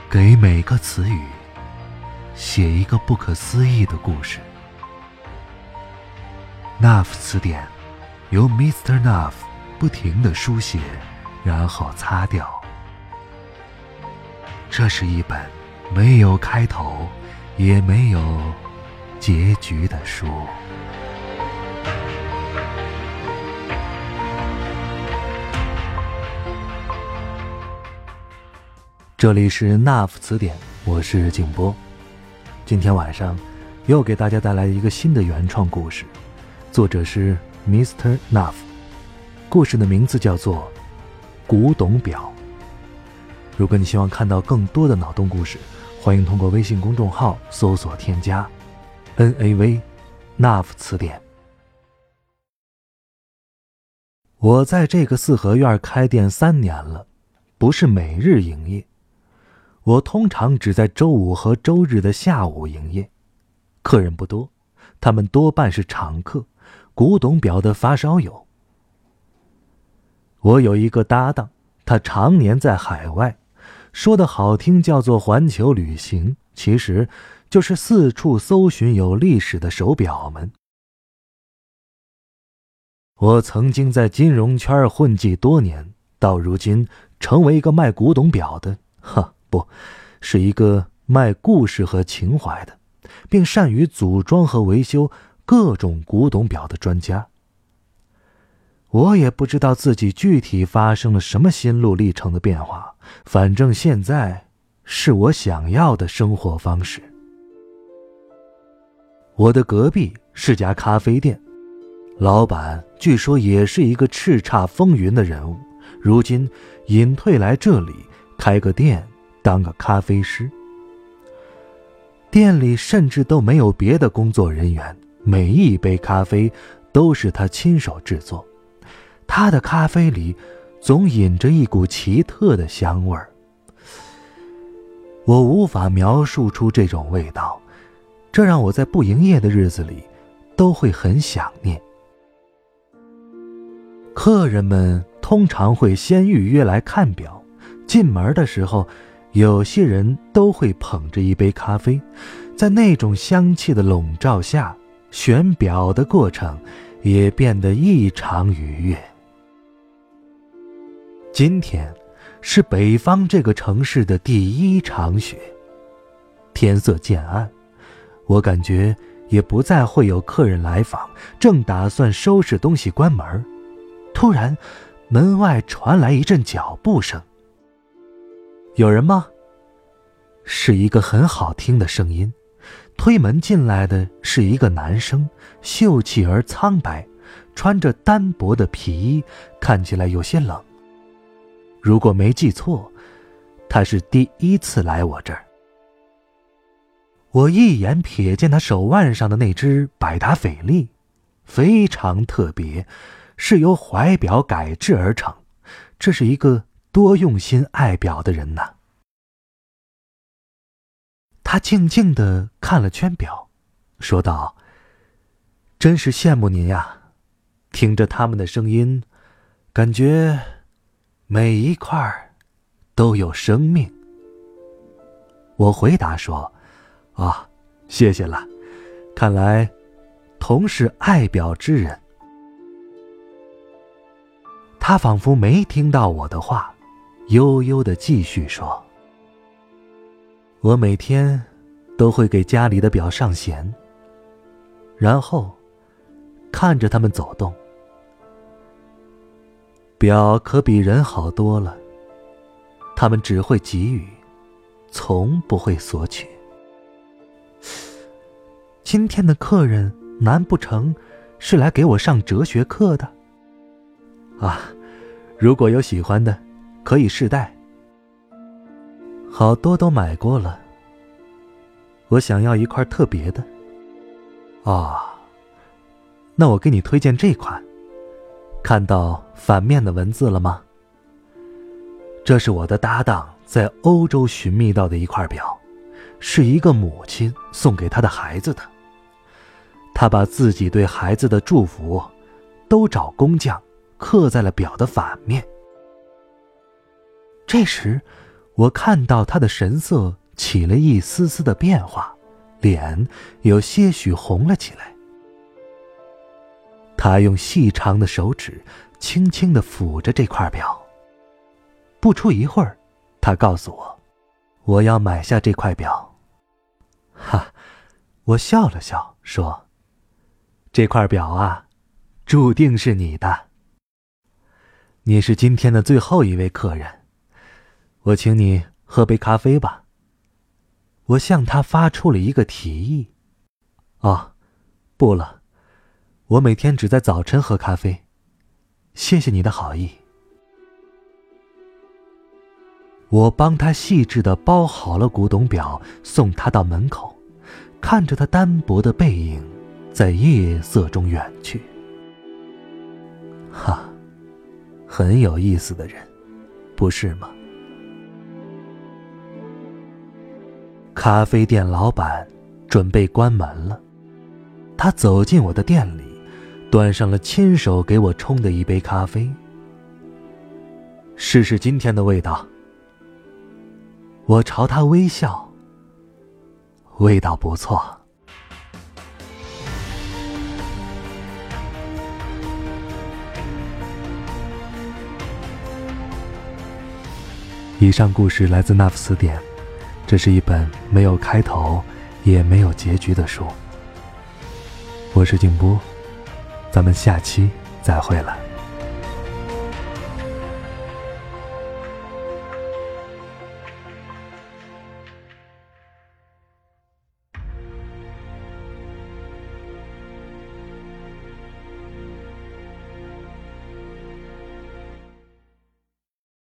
给每个词语写一个不可思议的故事。Nuff 词典由 Mr. Nuff 不停地书写，然后擦掉。这是一本没有开头也没有结局的书。这里是 Nuff 词典，我是静波。今天晚上又给大家带来一个新的原创故事，作者是 Mr. Nuff， 故事的名字叫做《古董表》。如果你希望看到更多的脑洞故事，欢迎通过微信公众号搜索添加 NAV Nuff 词典。我在这个四合院开店3年了，不是每日营业，我通常只在周五和周日的下午营业，客人不多，他们多半是常客，古董表的发烧友。我有一个搭档，他常年在海外，说的好听叫做环球旅行，其实就是四处搜寻有历史的手表们。我曾经在金融圈混迹多年，到如今成为一个卖古董表的，不，是一个卖故事和情怀的，并善于组装和维修各种古董表的专家。我也不知道自己具体发生了什么心路历程的变化，反正现在是我想要的生活方式。我的隔壁是家咖啡店，老板据说也是一个叱咤风云的人物，如今隐退来这里开个店当个咖啡师。店里甚至都没有别的工作人员，每一杯咖啡都是他亲手制作。他的咖啡里总隐着一股奇特的香味儿，我无法描述出这种味道，这让我在不营业的日子里都会很想念。客人们通常会先预约来看表，进门的时候有些人都会捧着一杯咖啡，在那种香气的笼罩下，选表的过程也变得异常愉悦。今天是北方这个城市的第一场雪，天色渐暗，我感觉也不再会有客人来访，正打算收拾东西关门，突然门外传来一阵脚步声。有人吗？是一个很好听的声音。推门进来的是一个男生，秀气而苍白，穿着单薄的皮衣，看起来有些冷。如果没记错，他是第一次来我这儿。我一眼瞥见他手腕上的那只百达翡丽，非常特别，是由怀表改制而成，这是一个多用心爱表的人呐。他静静地看了圈表，说道：“真是羡慕您呀，听着他们的声音，感觉每一块都有生命。”我回答说：“谢谢了，看来同是爱表之人。”他仿佛没听到我的话，悠悠地继续说：“我每天都会给家里的表上弦，然后看着它们走动。表可比人好多了，他们只会给予，从不会索取。今天的客人难不成是来给我上哲学课的？如果有喜欢的，可以试戴。好多都买过了，我想要一块特别的。那我给你推荐这款，看到反面的文字了吗？这是我的搭档在欧洲寻觅到的一块表，是一个母亲送给她的孩子的。他把自己对孩子的祝福都找工匠刻在了表的反面。这时我看到他的神色起了一丝丝的变化，脸有些许红了起来。他用细长的手指轻轻地抚着这块表。不出一会儿，他告诉我，我要买下这块表。哈，我笑了笑，说，这块表啊，注定是你的。你是今天的最后一位客人，我请你喝杯咖啡吧。我向他发出了一个提议。哦，不了，我每天只在早晨喝咖啡。谢谢你的好意。我帮他细致地包好了古董表，送他到门口，看着他单薄的背影在夜色中远去。哈，很有意思的人，不是吗？咖啡店老板准备关门了，他走进我的店里，端上了亲手给我冲的一杯咖啡。试试今天的味道。我朝他微笑，味道不错。以上故事来自那副词典，这是一本没有开头也没有结局的书。我是静波，咱们下期再会了。